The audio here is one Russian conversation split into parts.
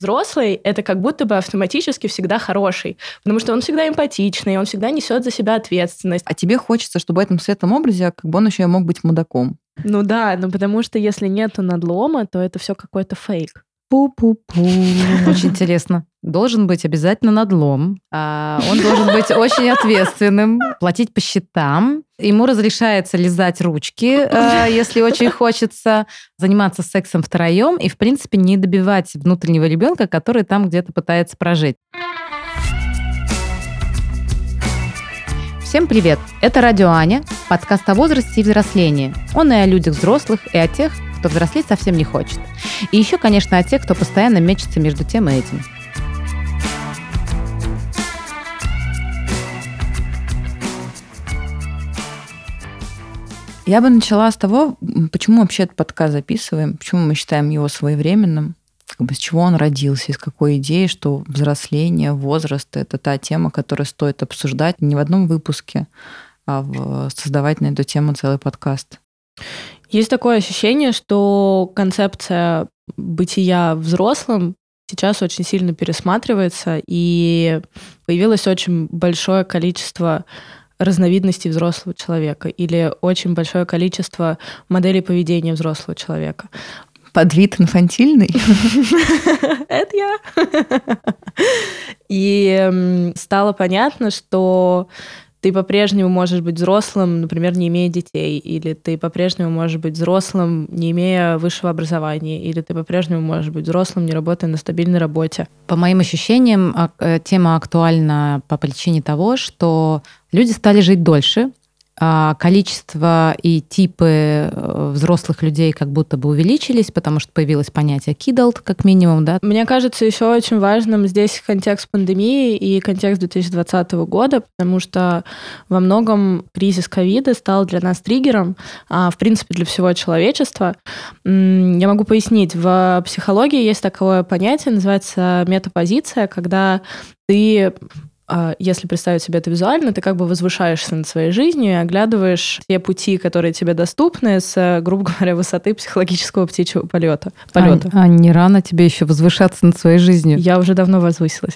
Взрослый — это как будто бы автоматически всегда хороший, потому что он всегда эмпатичный, он всегда несет за себя ответственность. А тебе хочется, чтобы в этом светлом образе как бы он еще и мог быть мудаком. Ну да, потому что если нету надлома, то это все какой-то фейк. Пу-пу-пу. Очень интересно. Должен быть обязательно надлом. Он должен быть очень ответственным, платить по счетам. Ему разрешается лизать ручки, если очень хочется, заниматься сексом втроем и, в принципе, не добивать внутреннего ребенка, который там где-то пытается прожить. Всем привет! Это Радио Аня, подкаст о возрасте и взрослении. Он и о людях взрослых, и о тех, кто взрослеть совсем не хочет. И еще, конечно, о тех, кто постоянно мечется между тем и этим. Я бы начала с того, почему вообще этот подкаст записываем, почему мы считаем его своевременным, как бы с чего он родился, из какой идеи, что взросление, возраст — это та тема, которую стоит обсуждать не в одном выпуске, а создавать на эту тему целый подкаст. Есть такое ощущение, что концепция бытия взрослым сейчас очень сильно пересматривается, и появилось очень большое количество разновидностей взрослого человека или очень большое количество моделей поведения взрослого человека. Подвид инфантильный? Это я. И стало понятно, что ты по-прежнему можешь быть взрослым, например, не имея детей, или ты по-прежнему можешь быть взрослым, не имея высшего образования, или ты по-прежнему можешь быть взрослым, не работая на стабильной работе. По моим ощущениям, тема актуальна по причине того, что люди стали жить дольше, количество и типы взрослых людей как будто бы увеличились, потому что появилось понятие kidult, как минимум, да? Мне кажется, еще очень важным здесь контекст пандемии и контекст 2020 года, потому что во многом кризис ковида стал для нас триггером, в принципе, для всего человечества. Я могу пояснить. В психологии есть такое понятие, называется метапозиция, когда ты... Если представить себе это визуально, ты как бы возвышаешься над своей жизнью и оглядываешь те пути, которые тебе доступны с, грубо говоря, высоты психологического птичьего полета. А не рано тебе еще возвышаться над своей жизнью? Я уже давно возвысилась.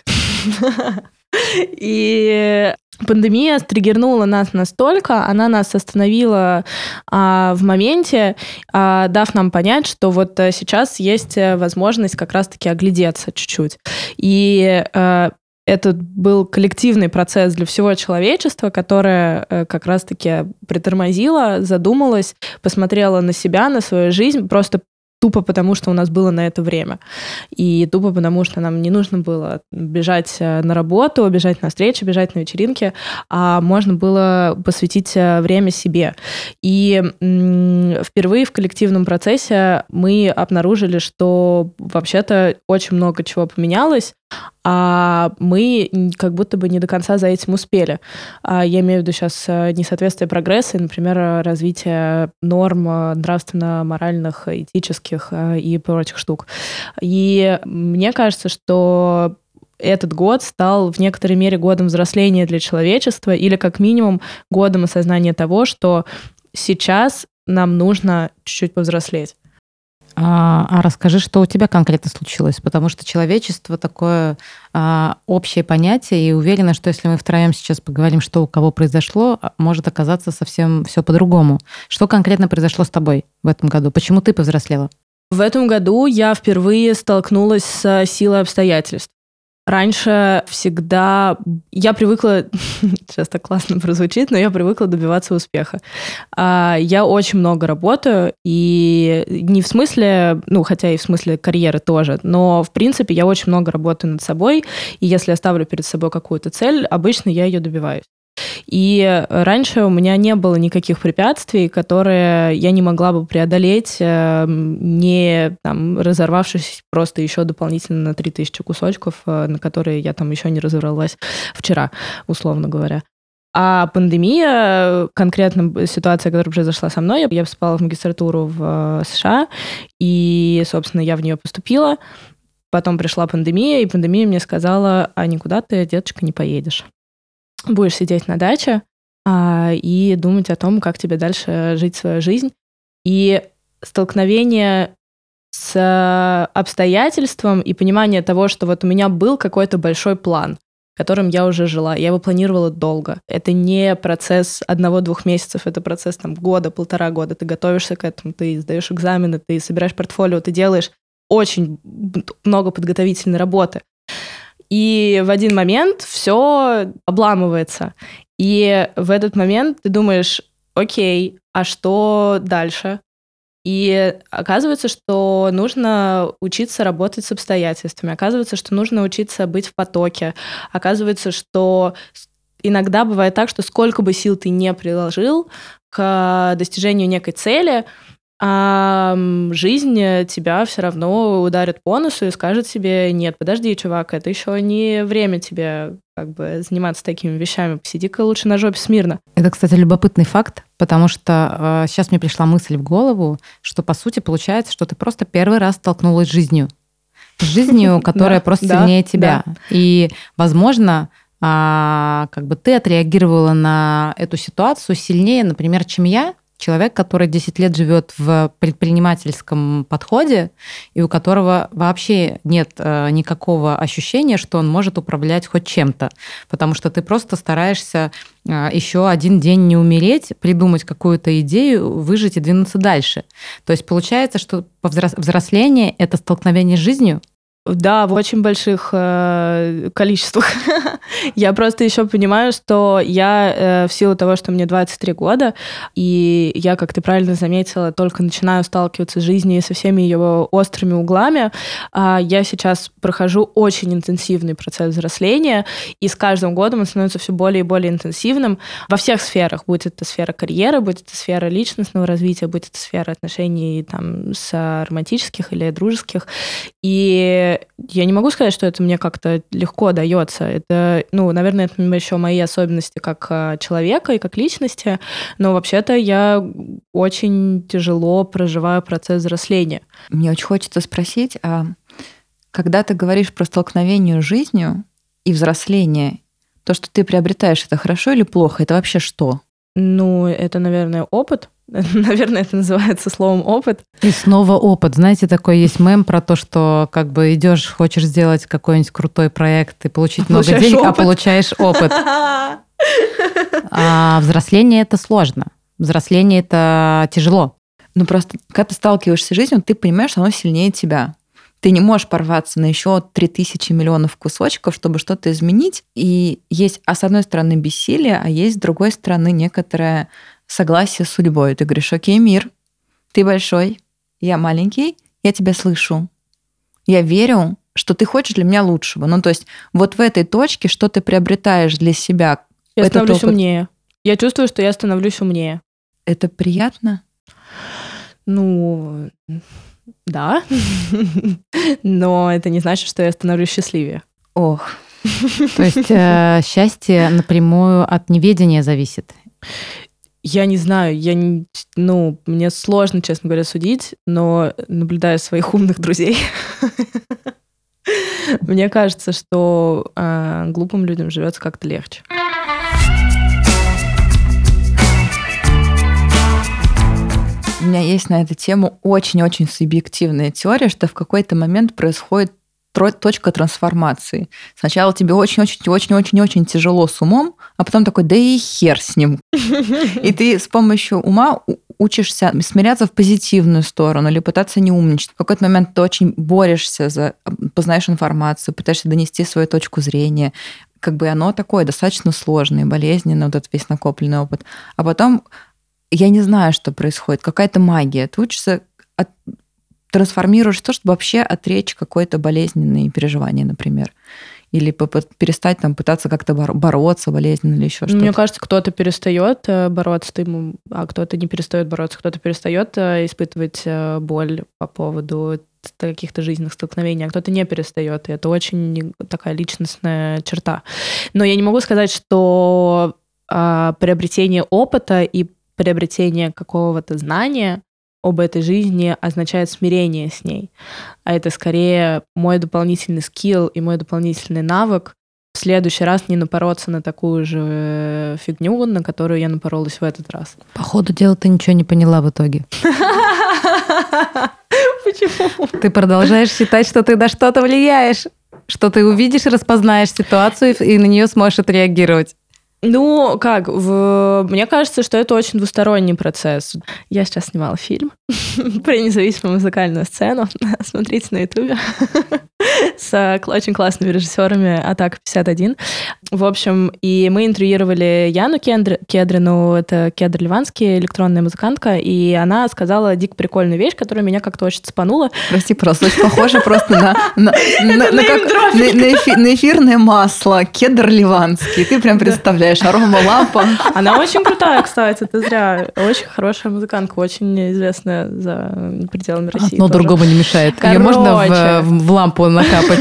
И пандемия стриггернула нас настолько, она нас остановила в моменте, дав нам понять, что вот сейчас есть возможность как раз-таки оглядеться чуть-чуть. И это был коллективный процесс для всего человечества, которое как раз-таки притормозило, задумалось, посмотрело на себя, на свою жизнь, просто тупо потому, что у нас было на это время. И тупо потому, что нам не нужно было бежать на работу, бежать на встречи, бежать на вечеринки, а можно было посвятить время себе. И впервые в коллективном процессе мы обнаружили, что вообще-то очень много чего поменялось, а мы как будто бы не до конца за этим успели. Я имею в виду сейчас несоответствие прогресса, например, развитие норм нравственно-моральных, этических и прочих штук. И мне кажется, что этот год стал в некоторой мере годом взросления для человечества или как минимум годом осознания того, что сейчас нам нужно чуть-чуть повзрослеть. А расскажи, что у тебя конкретно случилось, потому что человечество такое общее понятие, и уверена, что если мы втроем сейчас поговорим, что у кого произошло, может оказаться совсем все по-другому. Что конкретно произошло с тобой в этом году? Почему ты повзрослела? В этом году я впервые столкнулась с силой обстоятельств. Раньше всегда я привыкла, сейчас так классно прозвучит, но я привыкла добиваться успеха. Я очень много работаю, и не в смысле, хотя и в смысле карьеры тоже, но в принципе я очень много работаю над собой, и если я ставлю перед собой какую-то цель, обычно я ее добиваюсь. И раньше у меня не было никаких препятствий, которые я не могла бы преодолеть, не разорвавшись просто еще дополнительно на 3000 кусочков, на которые я там еще не разорвалась вчера, условно говоря. А пандемия, конкретно ситуация, которая произошла со мной, я поступала в магистратуру в США, и, собственно, я в нее поступила. Потом пришла пандемия, и пандемия мне сказала: а никуда ты, деточка, не поедешь. Будешь сидеть на даче и думать о том, как тебе дальше жить свою жизнь. И столкновение с обстоятельством и понимание того, что вот у меня был какой-то большой план, которым я уже жила. Я его планировала долго. Это не процесс 1-2 месяцев, это процесс года, 1,5 года. Ты готовишься к этому, ты сдаешь экзамены, ты собираешь портфолио, ты делаешь очень много подготовительной работы. И в один момент все обламывается. И в этот момент ты думаешь, окей, а что дальше? И оказывается, что нужно учиться работать с обстоятельствами. Оказывается, что нужно учиться быть в потоке. Оказывается, что иногда бывает так, что сколько бы сил ты не приложил к достижению некой цели, а жизнь тебя все равно ударит по носу и скажет себе: нет, подожди, чувак, это еще не время тебе заниматься такими вещами. Посиди-ка лучше на жопе смирно. Это, кстати, любопытный факт, потому что сейчас мне пришла мысль в голову, что, по сути, получается, что ты просто первый раз столкнулась с жизнью. С жизнью, которая просто сильнее тебя. И, возможно, ты отреагировала на эту ситуацию сильнее, например, чем я, человек, который 10 лет живет в предпринимательском подходе, и у которого вообще нет никакого ощущения, что он может управлять хоть чем-то. Потому что ты просто стараешься еще один день не умереть, придумать какую-то идею, выжить и двинуться дальше. То есть получается, что взросление — это столкновение с жизнью. Да, в очень больших количествах. Я просто еще понимаю, что я в силу того, что мне 23 года, и я, как ты правильно заметила, только начинаю сталкиваться с жизнью и со всеми ее острыми углами, я сейчас прохожу очень интенсивный процесс взросления, и с каждым годом он становится все более и более интенсивным во всех сферах, будь это сфера карьеры, будь это сфера личностного развития, будь это сфера отношений с романтических или дружеских. И я не могу сказать, что это мне как-то легко дается. Это, наверное, это еще мои особенности как человека и как личности, но вообще-то я очень тяжело проживаю процесс взросления. Мне очень хочется спросить, а когда ты говоришь про столкновение с жизнью и взросление, то, что ты приобретаешь, это хорошо или плохо? Это вообще что? Это, наверное, опыт. Наверное, это называется словом опыт. И снова опыт. Знаете, такой есть мем про то, что идешь, хочешь сделать какой-нибудь крутой проект и получить много денег, а получаешь опыт. А взросление — это сложно. Взросление — это тяжело. Просто когда ты сталкиваешься с жизнью, ты понимаешь, что оно сильнее тебя. Ты не можешь порваться на еще 3000 миллионов кусочков, чтобы что-то изменить. И есть, с одной стороны, бессилие, а есть, с другой стороны, некоторое согласие с судьбой. Ты говоришь: окей, мир, ты большой, я маленький, я тебя слышу. Я верю, что ты хочешь для меня лучшего. То есть вот в этой точке, что ты приобретаешь для себя. Я становлюсь умнее. Я чувствую, что я становлюсь умнее. Это приятно? Да. Но это не значит, что я становлюсь счастливее. Ох. То есть счастье напрямую от неведения зависит? Я не знаю, мне сложно, честно говоря, судить, но наблюдая своих умных друзей, мне кажется, что глупым людям живется как-то легче. У меня есть на эту тему очень-очень субъективная теория, что в какой-то момент происходит точка трансформации. Сначала тебе очень-очень-очень-очень тяжело с умом, а потом такой: да и хер с ним. И ты с помощью ума учишься смиряться в позитивную сторону или пытаться не умничать. В какой-то момент ты очень борешься, познаешь информацию, пытаешься донести свою точку зрения. Оно такое достаточно сложное, болезненное, вот этот весь накопленный опыт. А потом я не знаю, что происходит, какая-то магия. Ты учишься, трансформируешь то, чтобы вообще отречь какое-то болезненное переживание, например. Или перестать пытаться как-то бороться болезненно или еще что-то. Мне кажется, кто-то перестает бороться, а кто-то не перестает бороться, кто-то перестает испытывать боль по поводу каких-то жизненных столкновений, а кто-то не перестает. И это очень такая личностная черта. Но я не могу сказать, что приобретение опыта и приобретение какого-то знания об этой жизни означает смирение с ней. А это скорее мой дополнительный скилл и мой дополнительный навык в следующий раз не напороться на такую же фигню, на которую я напоролась в этот раз. По ходу дела ты ничего не поняла в итоге. Почему? Ты продолжаешь считать, что ты на что-то влияешь, что ты увидишь и распознаешь ситуацию и на нее сможешь отреагировать. Ну, как, мне кажется, что это очень двусторонний процесс. Я сейчас снимала фильм про независимую музыкальную сцену. Смотрите на Ютубе. С очень классными режиссерами «Атака 51». В общем, и мы интервьюировали Яну Кедрину, это Кедр Ливанский, электронная музыкантка, и она сказала дико прикольную вещь, которая меня как-то очень цепанула. Прости, просто очень похоже просто на эфирное масло. Кедр ливанский. Ты прям представляешь, арома лампа. Она очень крутая, кстати, ты зря. Очень хорошая музыкантка, очень известная за пределами России. Одно другому не мешает. Ее можно в лампу накапать.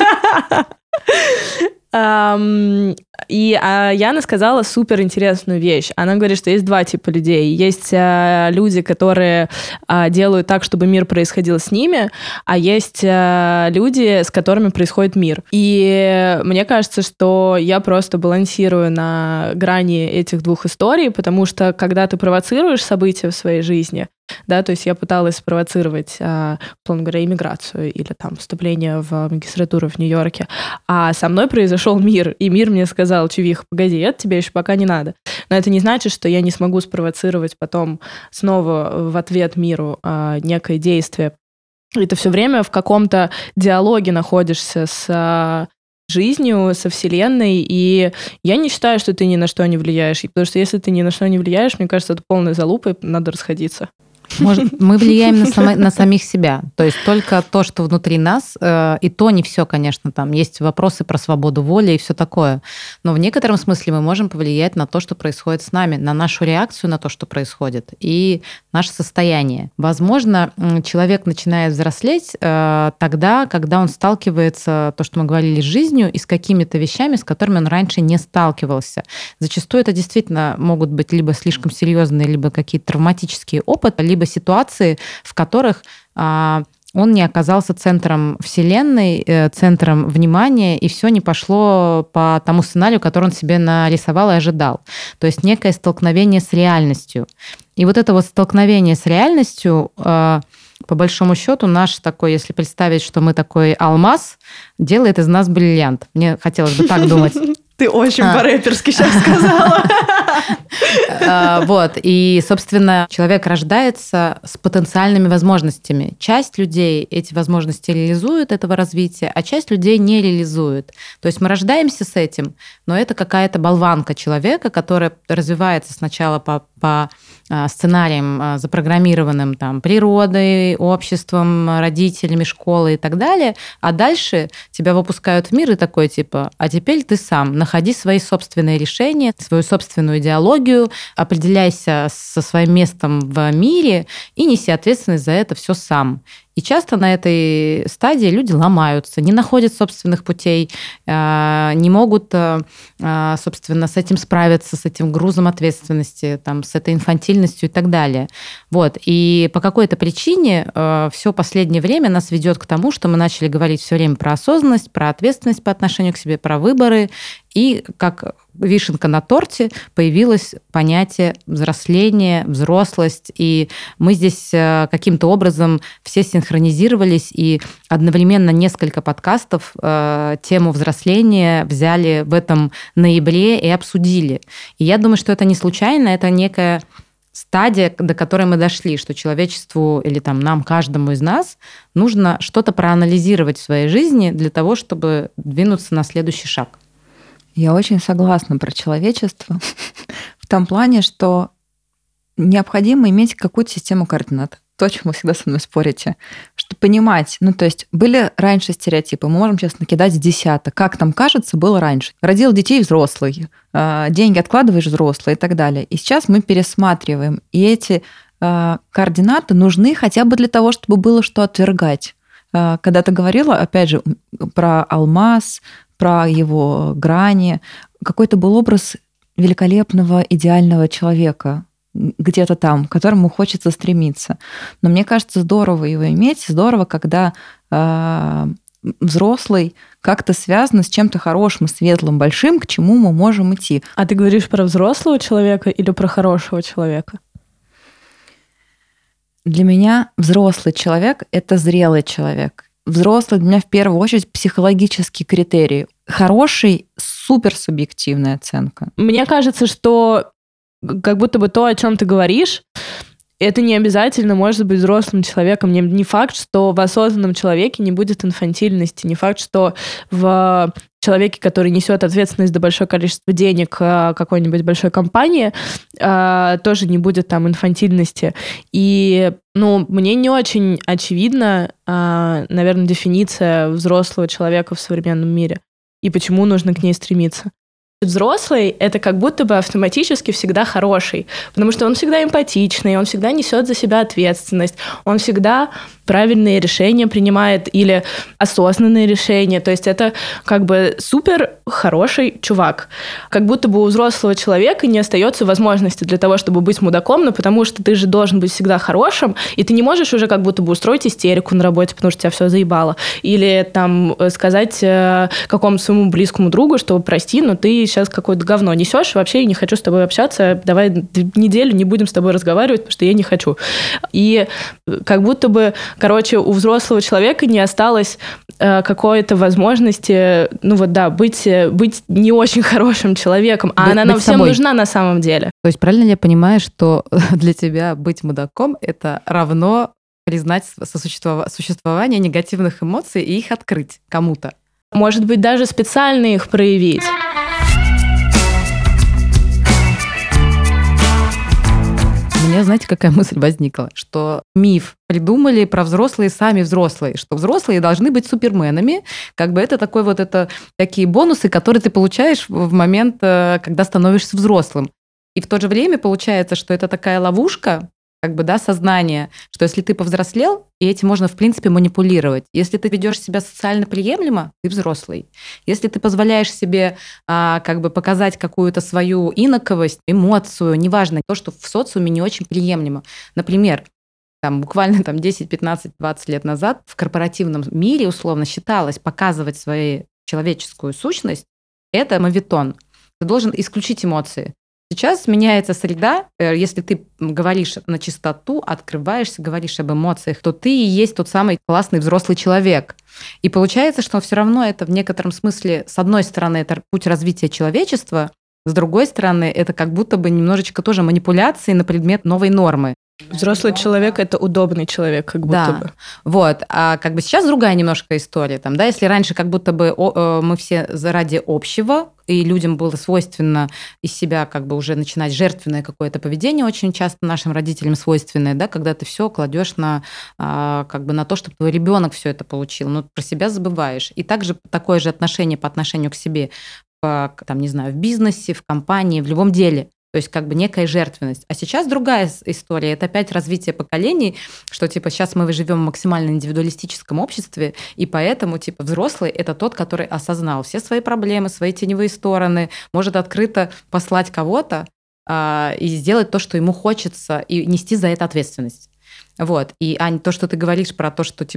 И Яна сказала супер интересную вещь. Она говорит, что есть два типа людей. Есть люди, которые делают так, чтобы мир происходил с ними, а есть люди, с которыми происходит мир. И мне кажется, что я просто балансирую на грани этих двух историй, потому что когда ты провоцируешь события в своей жизни, да, то есть я пыталась спровоцировать, условно говоря, иммиграцию или там вступление в магистратуру в Нью-Йорке, а со мной произошел мир, и мир мне сказал: чувиха, погоди, это тебе еще пока не надо. Но это не значит, что я не смогу спровоцировать потом снова в ответ миру некое действие. И ты все время в каком-то диалоге находишься с жизнью, со Вселенной, и я не считаю, что ты ни на что не влияешь, потому что если ты ни на что не влияешь, мне кажется, это полная залупа, и надо расходиться. Может, мы влияем на самих себя. То есть только то, что внутри нас, и то не все, конечно, там есть вопросы про свободу воли и все такое. Но в некотором смысле мы можем повлиять на то, что происходит с нами, на нашу реакцию на то, что происходит, и наше состояние. Возможно, человек начинает взрослеть тогда, когда он сталкивается, то, что мы говорили, с жизнью и с какими-то вещами, с которыми он раньше не сталкивался. Зачастую это действительно могут быть либо слишком серьезные, либо какие-то травматические опыты, либо ситуации, в которых он не оказался центром вселенной, центром внимания, и все не пошло по тому сценарию, который он себе нарисовал и ожидал. То есть некое столкновение с реальностью. И вот это вот столкновение с реальностью, по большому счету, наш такой, если представить, что мы такой алмаз, делает из нас бриллиант. Мне хотелось бы так думать. Ты очень по-рэперски сейчас сказала. Вот. И, собственно, человек рождается с потенциальными возможностями. Часть людей эти возможности реализует, этого развития, а часть людей не реализует. То есть мы рождаемся с этим, но это какая-то болванка человека, которая развивается сначала по сценариям, запрограммированным там, природой, обществом, родителями, школой и так далее, а дальше тебя выпускают в мир и такой типа: а теперь ты сам, находи свои собственные решения, свою собственную идеологию, определяйся со своим местом в мире и неси ответственность за это все сам. И часто на этой стадии люди ломаются, не находят собственных путей, не могут, собственно, с этим справиться, с этим грузом ответственности, там, с этой инфантильностью и так далее. Вот. И по какой-то причине все последнее время нас ведет к тому, что мы начали говорить все время про осознанность, про ответственность по отношению к себе, про выборы. И как вишенка на торте появилось понятие взросления, взрослость. И мы здесь каким-то образом все синхронизировались и одновременно несколько подкастов тему взросления взяли в этом ноябре и обсудили. И я думаю, что это не случайно, это некая стадия, до которой мы дошли, что человечеству или там нам, каждому из нас, нужно что-то проанализировать в своей жизни для того, чтобы двинуться на следующий шаг. Я очень согласна про человечество в том плане, что необходимо иметь какую-то систему координат. То, о чем вы всегда со мной спорите. Чтобы понимать, ну, то есть были раньше стереотипы, мы можем сейчас накидать с десяток. Как нам кажется, было раньше. Родил детей взрослый, деньги откладываешь взрослый и так далее. И сейчас мы пересматриваем. И эти координаты нужны хотя бы для того, чтобы было что отвергать. Когда ты говорила, опять же, про алмаз, про его грани, какой-то был образ великолепного, идеального человека где-то там, к которому хочется стремиться. Но мне кажется, здорово его иметь, здорово, когда взрослый как-то связан с чем-то хорошим, светлым, большим, к чему мы можем идти. А ты говоришь про взрослого человека или про хорошего человека? Для меня взрослый человек — это зрелый человек. Взрослый для меня в первую очередь психологический критерий. Хороший — суперсубъективная оценка. Мне кажется, что как будто бы то, о чем ты говоришь, это не обязательно может быть взрослым человеком. Не факт, что в осознанном человеке не будет инфантильности. Не факт, что в человеке, который несет ответственность за большое количество денег какой-нибудь большой компании, тоже не будет там инфантильности. И, мне не очень очевидна, наверное, дефиниция взрослого человека в современном мире и почему нужно к ней стремиться. Взрослый — это как будто бы автоматически всегда хороший, потому что он всегда эмпатичный, он всегда несет за себя ответственность, он всегда правильные решения принимает или осознанные решения. То есть это как бы супер хороший чувак. Как будто бы у взрослого человека не остается возможности для того, чтобы быть мудаком, потому что ты же должен быть всегда хорошим, и ты не можешь уже как будто бы устроить истерику на работе, потому что тебя все заебало. Или там сказать какому-то своему близкому другу, что прости, но ты сейчас какое-то говно несешь, вообще я не хочу с тобой общаться, давай неделю не будем с тобой разговаривать, потому что я не хочу. И как будто бы, у взрослого человека не осталось какой-то возможности, быть не очень хорошим человеком, а она нам всем нужна на самом деле. То есть правильно я понимаю, что для тебя быть мудаком — это равно признать существование негативных эмоций и их открыть кому-то? Может быть, даже специально их проявить. У меня, знаете, какая мысль возникла? Что миф придумали про взрослые сами взрослые, что взрослые должны быть суперменами, это такие бонусы, которые ты получаешь в момент, когда становишься взрослым. И в то же время получается, что это такая ловушка, сознания, что если ты повзрослел, и этим можно, в принципе, манипулировать. Если ты ведешь себя социально приемлемо, ты взрослый. Если ты позволяешь себе показать какую-то свою инаковость, эмоцию, неважно, то, что в социуме не очень приемлемо. Например, буквально 10, 15, 20 лет назад в корпоративном мире условно считалось показывать свою человеческую сущность – это моветон. Ты должен исключить эмоции. Сейчас меняется среда, если ты говоришь на чистоту, открываешься, говоришь об эмоциях, то ты и есть тот самый классный взрослый человек. И получается, что все равно это в некотором смысле, с одной стороны, это путь развития человечества, с другой стороны, это как будто бы немножечко тоже манипуляции на предмет новой нормы. Взрослый человек — это удобный человек, как будто бы. Вот. А сейчас другая немножко история. Если раньше как будто бы мы все ради общего, и людям было свойственно из себя уже начинать жертвенное какое-то поведение, очень часто нашим родителям свойственное, когда ты все кладешь на то, чтобы твой ребенок все это получил, но про себя забываешь. И также такое же отношение по отношению к себе в бизнесе, в компании, в любом деле. То есть некая жертвенность. А сейчас другая история. Это опять развитие поколений, что сейчас мы живем в максимально индивидуалистическом обществе, и поэтому взрослый — это тот, который осознал все свои проблемы, свои теневые стороны, может открыто послать кого-то и сделать то, что ему хочется, и нести за это ответственность. Вот. И, Ань, то, что ты говоришь про то, что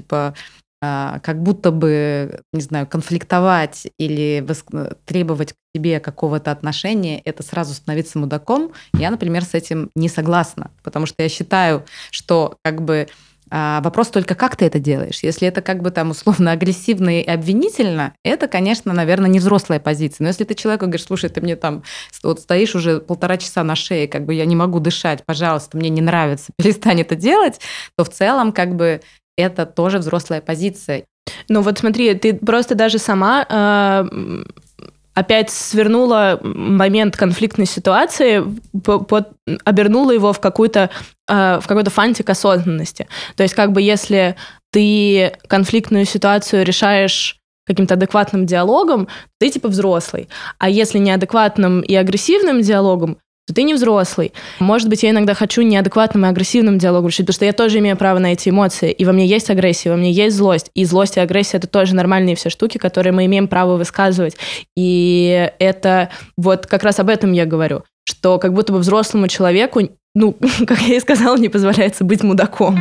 как будто бы, конфликтовать или требовать к себе какого-то отношения, это сразу становиться мудаком. Я, например, с этим не согласна, потому что я считаю, что вопрос только, как ты это делаешь. Если это условно агрессивно и обвинительно, это, конечно, наверное, не взрослая позиция. Но если ты человеку говоришь: слушай, ты мне стоишь уже 1,5 часа на шее, я не могу дышать, пожалуйста, мне не нравится, перестань это делать, то в целом это тоже взрослая позиция. Смотри, ты просто даже сама опять свернула момент конфликтной ситуации, обернула его в какой-то фантик осознанности. То есть если ты конфликтную ситуацию решаешь каким-то адекватным диалогом, ты взрослый. А если неадекватным и агрессивным диалогом, то ты не взрослый. Может быть, я иногда хочу неадекватным и агрессивным диалогом решить, потому что я тоже имею право на эти эмоции, и во мне есть агрессия, во мне есть злость. И злость и агрессия — это тоже нормальные все штуки, которые мы имеем право высказывать. И это как раз об этом я говорю, что как будто бы взрослому человеку, как я и сказала, не позволяется быть мудаком.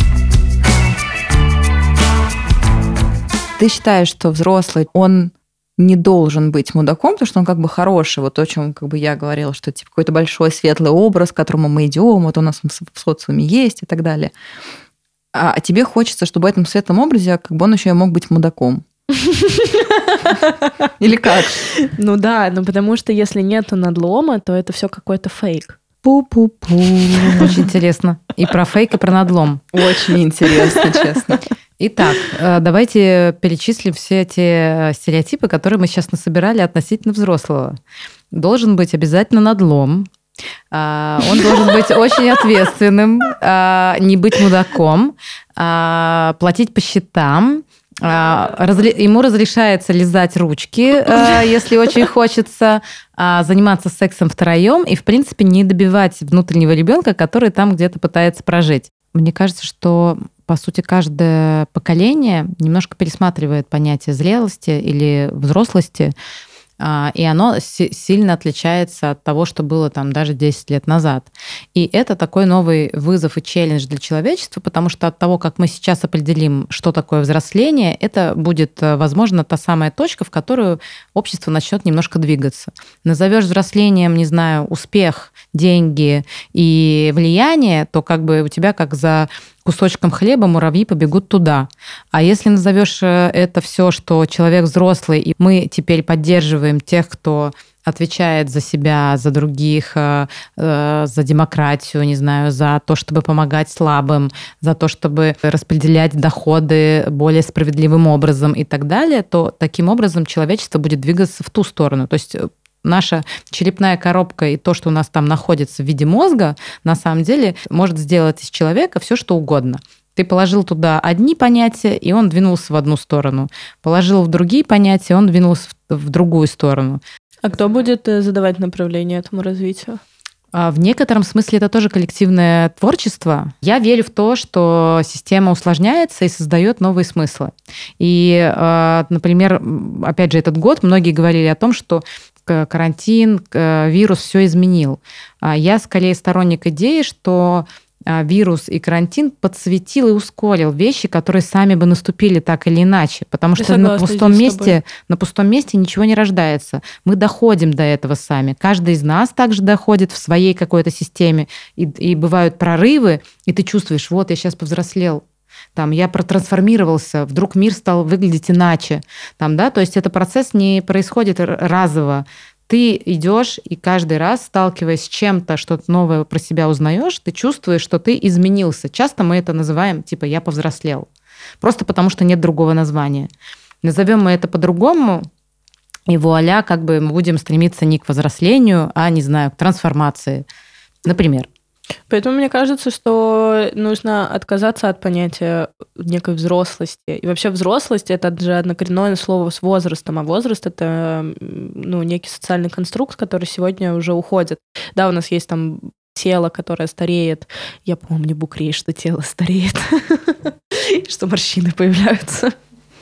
Ты считаешь, что взрослый, он не должен быть мудаком, потому что он как бы хороший, вот то, о чем как бы я говорила, что типа какой-то большой светлый образ, к которому мы идем, вот у нас в социуме есть и так далее. А тебе хочется, чтобы в этом светлом образе как бы он еще и мог быть мудаком. Или как? Ну да, ну потому что если нету надлома, то это все какой-то фейк. Пу-пу-пу. Очень интересно. И про фейк, и про надлом. Очень интересно, честно. Итак, давайте перечислим все эти стереотипы, которые мы сейчас насобирали относительно взрослого. Должен быть обязательно надлом. Он должен быть очень ответственным, не быть мудаком, платить по счетам. Ему разрешается лизать ручки, если очень хочется, заниматься сексом втроем и, в принципе, не добивать внутреннего ребенка, который там где-то пытается прожить. Мне кажется, что, по сути, каждое поколение немножко пересматривает понятие зрелости или взрослости, и оно сильно отличается от того, что было там даже 10 лет назад. И это такой новый вызов и челлендж для человечества, потому что от того, как мы сейчас определим, что такое взросление, это будет, возможно, та самая точка, в которую общество начнет немножко двигаться. Назовешь взрослением, не знаю, успех, деньги и влияние, то как бы у тебя как за кусочком хлеба муравьи побегут туда. А если назовешь это все, что человек взрослый, и мы теперь поддерживаем тех, кто отвечает за себя, за других, за демократию, не знаю, за то, чтобы помогать слабым, за то, чтобы распределять доходы более справедливым образом и так далее, то таким образом человечество будет двигаться в ту сторону. То есть наша черепная коробка и то, что у нас там находится в виде мозга, на самом деле может сделать из человека все, что угодно. Ты положил туда одни понятия, и он двинулся в одну сторону. Положил в другие понятия, он двинулся в другую сторону. А кто будет задавать направление этому развитию? В некотором смысле это тоже коллективное творчество. Я верю в то, что система усложняется и создает новые смыслы. И, например, опять же, этот год многие говорили о том, что карантин, вирус все изменил. Я скорее сторонник идеи, что вирус и карантин подсветил и ускорил вещи, которые сами бы наступили так или иначе. Потому что на пустом месте ничего не рождается. Мы доходим до этого сами. Каждый из нас также доходит в своей какой-то системе. И бывают прорывы, и ты чувствуешь, вот я сейчас повзрослел. Там, я протрансформировался, вдруг мир стал выглядеть иначе. Там, да? То есть это процесс не происходит разово. Ты идешь и каждый раз, сталкиваясь с чем-то, что-то новое про себя узнаешь, ты чувствуешь, что ты изменился. Часто мы это называем, типа, я повзрослел. Просто потому, что нет другого названия. Назовем мы это по-другому, и вуаля, как бы мы будем стремиться не к взрослению, а, не знаю, к трансформации, например. Поэтому мне кажется, что нужно отказаться от понятия некой взрослости. И вообще взрослость — это же однокоренное слово с возрастом, а возраст — это некий социальный конструкт, который сегодня уже уходит. Да, у нас есть там тело, которое стареет. Я помню букрей, что тело стареет, что морщины появляются.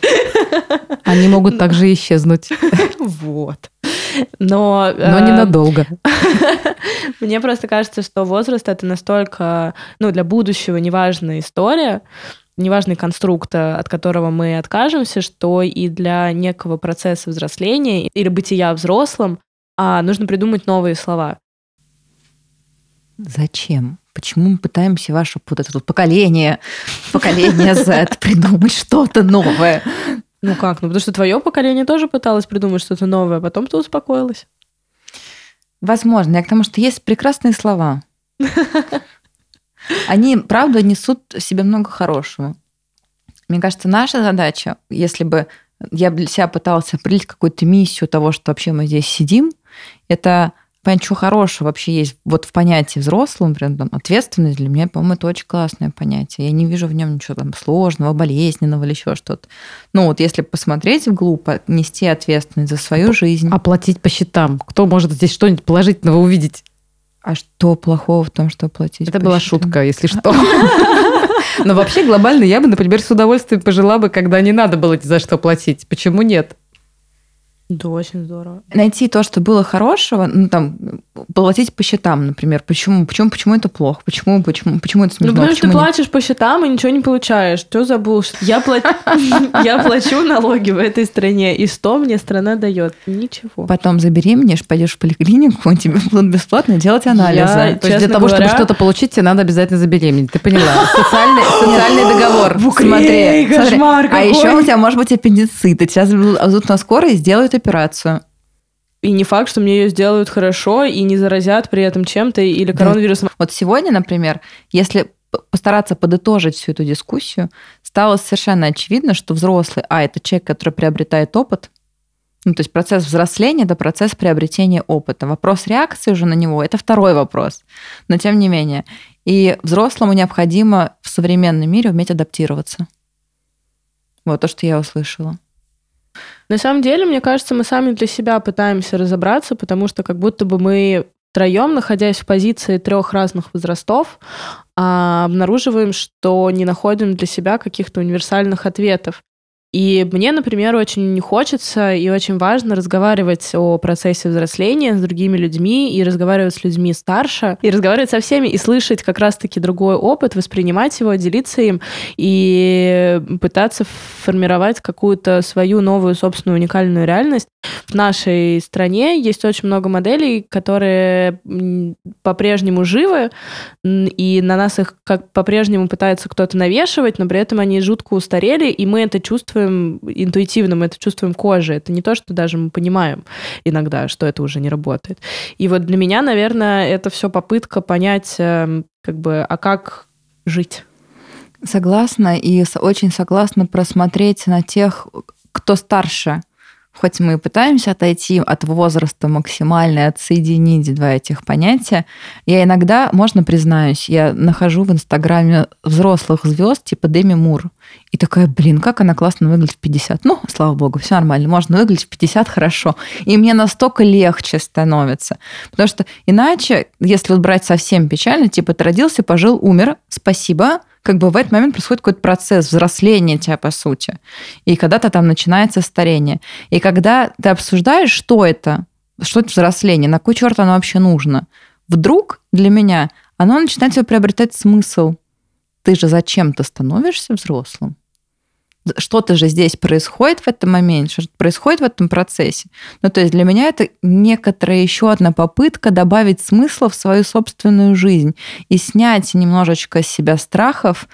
Они могут также исчезнуть. Вот. Но ненадолго. Мне просто кажется, что возраст — это настолько, для будущего неважная история, неважный конструкт, от которого мы откажемся, что и для некого процесса взросления или бытия взрослым нужно придумать новые слова. Зачем? Почему мы пытаемся ваше вот это вот поколение Z придумать что-то новое? Ну как? Потому что твое поколение тоже пыталось придумать что-то новое, а потом ты успокоилась. Возможно. Я к тому, что есть прекрасные слова. Они, правда, несут в себе много хорошего. Мне кажется, наша задача, если бы я для себя пыталась определить какую-то миссию того, что вообще мы здесь сидим, это понять, что хорошего вообще есть вот в понятии взрослого, например, там, ответственность для меня, по-моему, это очень классное понятие. Я не вижу в нем ничего там сложного, болезненного или еще что-то. Вот если посмотреть вглубь, нести ответственность за свою жизнь. Оплатить по счетам. Кто может здесь что-нибудь положительного увидеть? А что плохого в том, что платить? Это была шутка, если что. Но вообще глобально я бы, например, с удовольствием пожила бы, когда не надо было ни за что платить. Почему нет? Да, очень здорово. Найти то, что было хорошего, платить по счетам, например. Почему это плохо? Почему это смешно? Потому что ты платишь по счетам и ничего не получаешь. Что забыл? Я плачу налоги в этой стране, и что мне страна дает? Ничего. Потом забеременеешь, пойдешь в поликлинику, тебе будут бесплатно делать анализы. То есть для того, чтобы что-то получить, тебе надо обязательно забеременеть. Ты поняла? Социальный договор. Смотри, кошмар какой. А еще у тебя может быть аппендицит, и тебя завезут на скорой и сделают операцию. И не факт, что мне ее сделают хорошо и не заразят при этом чем-то или коронавирусом. Вот сегодня, например, если постараться подытожить всю эту дискуссию, стало совершенно очевидно, что взрослый, это человек, который приобретает опыт, то есть процесс взросления – это процесс приобретения опыта. Вопрос реакции уже на него – это второй вопрос. Но тем не менее. И взрослому необходимо в современном мире уметь адаптироваться. Вот то, что я услышала. На самом деле, мне кажется, мы сами для себя пытаемся разобраться, потому что как будто бы мы втроем, находясь в позиции 3 разных возрастов, обнаруживаем, что не находим для себя каких-то универсальных ответов. И мне, например, очень хочется и очень важно разговаривать о процессе взросления с другими людьми и разговаривать с людьми старше, и разговаривать со всеми, и слышать как раз-таки другой опыт, воспринимать его, делиться им и пытаться формировать какую-то свою новую собственную уникальную реальность. В нашей стране есть очень много моделей, которые по-прежнему живы, и на нас их по-прежнему пытается кто-то навешивать, но при этом они жутко устарели, и мы это чувствуем интуитивно, мы это чувствуем кожей. Это не то, что даже мы понимаем иногда, что это уже не работает. И вот для меня, наверное, это все попытка понять, как жить. Согласна, и очень согласна просмотреть на тех, кто старше. Хоть мы и пытаемся отойти от возраста максимально и отсоединить два этих понятия, я иногда, можно признаюсь, я нахожу в Инстаграме взрослых звезд типа Деми Мур. И такая, как она классно выглядит в 50. Слава богу, все нормально, можно выглядеть в 50 хорошо. И мне настолько легче становится. Потому что иначе, если брать совсем печально, ты родился, пожил, умер, спасибо, в этот момент происходит какой-то процесс взросления тебя, по сути. И когда-то там начинается старение. И когда ты обсуждаешь, что это взросление, на кой черт оно вообще нужно, вдруг для меня оно начинает себе приобретать смысл. Ты же зачем-то становишься взрослым? Что-то же здесь происходит в этом моменте, что-то происходит в этом процессе. То есть для меня это некоторая еще одна попытка добавить смысла в свою собственную жизнь и снять немножечко с себя страхов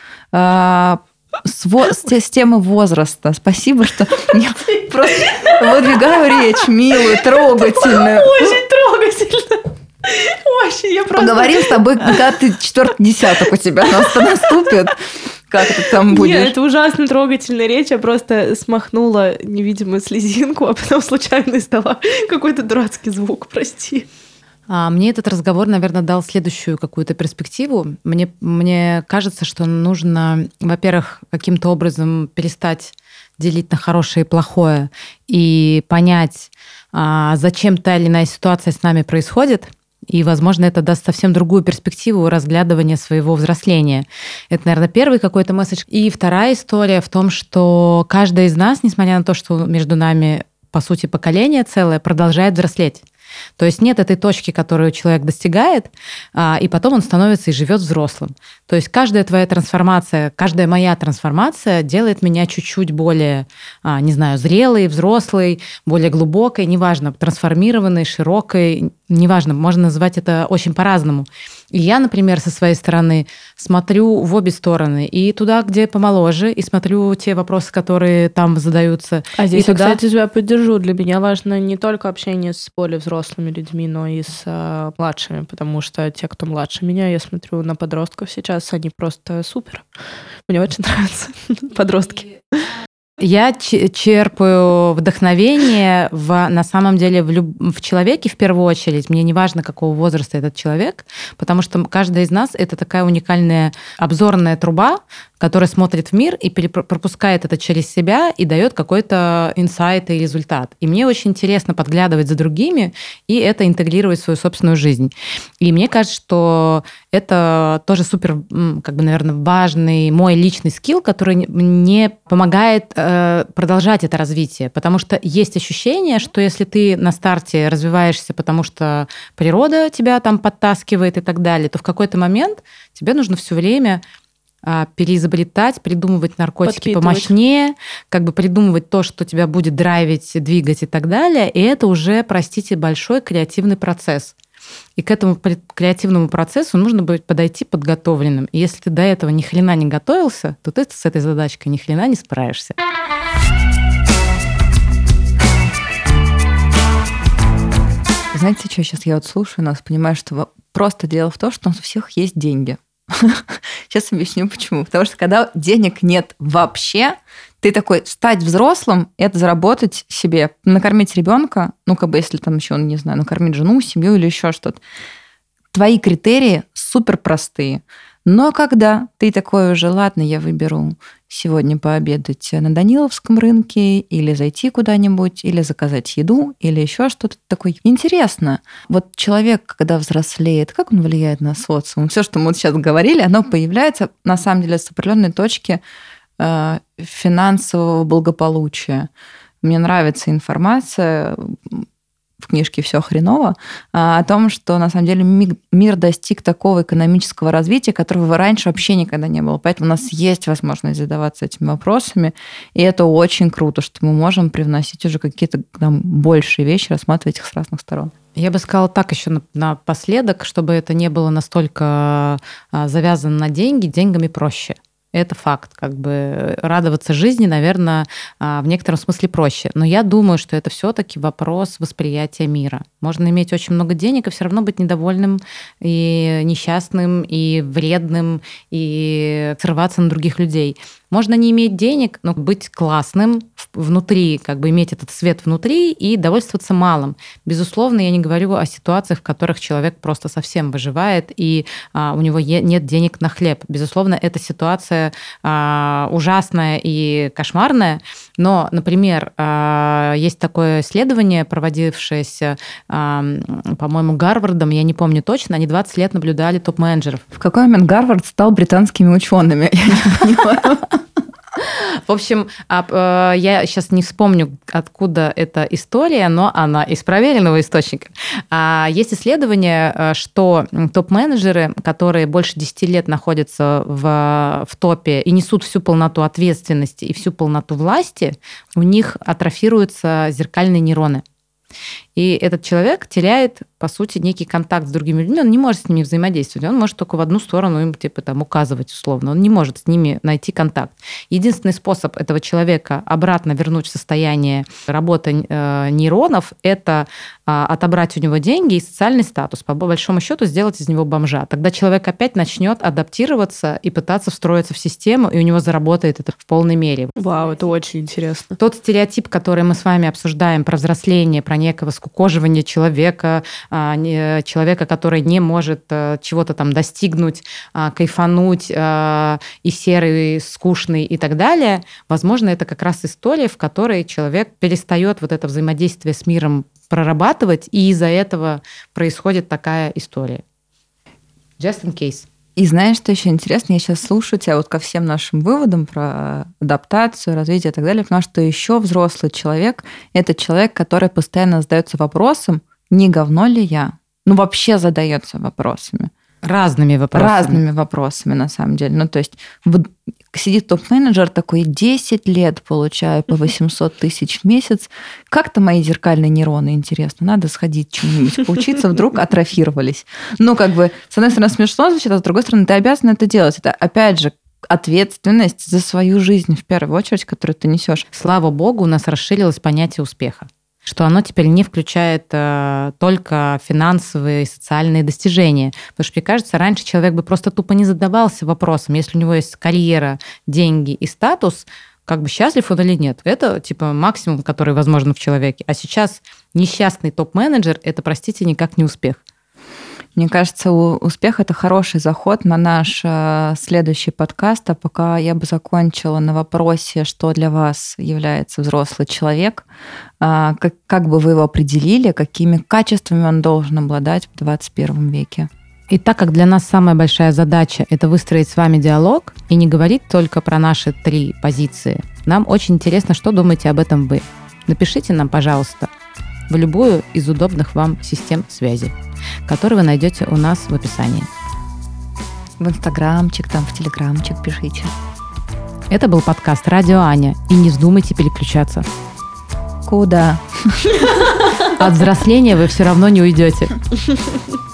с темы возраста. Спасибо, что я просто выдвигаю речь милую, трогательную. Очень трогательно. Очень, я просто... Поговорим с тобой, когда ты 4-й десяток у тебя наступит. Как ты там будешь? Нет, это ужасно трогательная речь. Я просто смахнула невидимую слезинку, а потом случайно издала какой-то дурацкий звук, прости. Мне этот разговор, наверное, дал следующую какую-то перспективу. Мне кажется, что нужно, во-первых, каким-то образом перестать делить на хорошее и плохое и понять, зачем та или иная ситуация с нами происходит. И, возможно, это даст совсем другую перспективу разглядывания своего взросления. Это, наверное, первый какой-то месседж. И вторая история в том, что каждый из нас, несмотря на то, что между нами, по сути, поколение целое, продолжает взрослеть. То есть нет этой точки, которую человек достигает, и потом он становится и живет взрослым. То есть каждая твоя трансформация, каждая моя трансформация делает меня чуть-чуть более, зрелой, взрослой, более глубокой, неважно, трансформированной, широкой, неважно, можно называть это очень по-разному. И я, например, со своей стороны смотрю в обе стороны. И туда, где помоложе, и смотрю те вопросы, которые там задаются. А здесь и я, кстати, тебя поддержу. Для меня важно не только общение с более взрослыми людьми, но и с младшими, потому что те, кто младше меня, я смотрю на подростков сейчас, они просто супер. Мне очень нравятся подростки. Я черпаю вдохновение на самом деле в человеке в первую очередь. Мне не важно, какого возраста этот человек, потому что каждый из нас — это такая уникальная обзорная труба, который смотрит в мир и пропускает это через себя и дает какой-то инсайт и результат. И мне очень интересно подглядывать за другими и это интегрировать в свою собственную жизнь. И мне кажется, что это тоже супер, наверное, важный мой личный скилл, который мне помогает продолжать это развитие. Потому что есть ощущение, что если ты на старте развиваешься, потому что природа тебя там подтаскивает и так далее, то в какой-то момент тебе нужно все время переизобретать, придумывать наркотики помощнее, придумывать то, что тебя будет драйвить, двигать и так далее. И это уже, простите, большой креативный процесс. И к этому креативному процессу нужно будет подойти подготовленным. И если ты до этого ни хрена не готовился, то ты с этой задачкой ни хрена не справишься. Знаете, что сейчас я слушаю нас, понимаю, что просто дело в том, что у нас у всех есть деньги. Сейчас объясню, почему. Потому что когда денег нет вообще, ты такой, стать взрослым, это заработать себе, накормить ребенка, если там еще, не знаю, накормить жену, семью или еще что-то. Твои критерии супер простые. Но когда ты такой уже, ладно, я выберу сегодня пообедать на Даниловском рынке или зайти куда-нибудь, или заказать еду, или еще что-то такое. Интересно. Вот человек, когда взрослеет, как он влияет на социум? Все, что мы сейчас говорили, оно появляется, на самом деле, с определенной точки финансового благополучия. Мне нравится информация в книжке «Все хреново», о том, что на самом деле мир достиг такого экономического развития, которого раньше вообще никогда не было. Поэтому у нас есть возможность задаваться этими вопросами, и это очень круто, что мы можем привносить уже какие-то большие вещи, рассматривать их с разных сторон. Я бы сказала так еще напоследок, чтобы это не было настолько завязано на деньги, деньгами проще. Это факт. Радоваться жизни, наверное, в некотором смысле проще. Но я думаю, что это все-таки вопрос восприятия мира. Можно иметь очень много денег и все равно быть недовольным и несчастным, и вредным, и срываться на других людей. Можно не иметь денег, но быть классным внутри, иметь этот свет внутри и довольствоваться малым. Безусловно, я не говорю о ситуациях, в которых человек просто совсем выживает, и у него нет денег на хлеб. Безусловно, эта ситуация ужасная и кошмарная, но, например, есть такое исследование, проводившееся, по-моему, Гарвардом, я не помню точно, они 20 лет наблюдали топ-менеджеров. В какой момент Гарвард стал британскими учеными? Я не понимаю. В общем, я сейчас не вспомню, откуда эта история, но она из проверенного источника. Есть исследование, что топ-менеджеры, которые больше 10 лет находятся в топе и несут всю полноту ответственности и всю полноту власти, у них атрофируются зеркальные нейроны. И этот человек теряет, по сути, некий контакт с другими людьми, он не может с ними взаимодействовать, он может только в одну сторону им указывать условно, он не может с ними найти контакт. Единственный способ этого человека обратно вернуть в состояние работы нейронов – это отобрать у него деньги и социальный статус, по большому счету сделать из него бомжа. Тогда человек опять начнет адаптироваться и пытаться встроиться в систему, и у него заработает это в полной мере. Вау, это очень интересно. Тот стереотип, который мы с вами обсуждаем про взросление, про некого скукоживания человека, который не может чего-то там достигнуть, кайфануть, и серый, скучный и так далее, возможно, это как раз история, в которой человек перестает вот это взаимодействие с миром прорабатывать, и из-за этого происходит такая история. Just in case. И знаешь, что еще интересно? Я сейчас слушаю тебя ко всем нашим выводам про адаптацию, развитие и так далее, потому что еще взрослый человек – это человек, который постоянно задается вопросом, не говно ли я? Вообще задается вопросами. Разными вопросами, на самом деле. То есть сидит топ-менеджер такой, 10 лет получаю по 800 тысяч в месяц. Как-то мои зеркальные нейроны, интересно, надо сходить чему-нибудь поучиться, вдруг атрофировались. С одной стороны, смешно звучит, а с другой стороны, ты обязан это делать. Это, опять же, ответственность за свою жизнь, в первую очередь, которую ты несешь. Слава богу, у нас расширилось понятие успеха, что оно теперь не включает только финансовые и социальные достижения. Потому что, мне кажется, раньше человек бы просто тупо не задавался вопросом, если у него есть карьера, деньги и статус, счастлив он или нет. Это максимум, который возможен в человеке. А сейчас несчастный топ-менеджер – это, простите, никак не успех. Мне кажется, успех — это хороший заход на наш следующий подкаст. А пока я бы закончила на вопросе, что для вас является взрослый человек. Как бы вы его определили, какими качествами он должен обладать в 21 веке? И так как для нас самая большая задача – это выстроить с вами диалог и не говорить только про наши 3 позиции, нам очень интересно, что думаете об этом вы. Напишите нам, пожалуйста, в любую из удобных вам систем связи, которые вы найдете у нас в описании. В Инстаграмчик, там, в Телеграмчик пишите. Это был подкаст «Радио Аня». И не вздумайте переключаться. Куда? От взросления вы все равно не уйдете.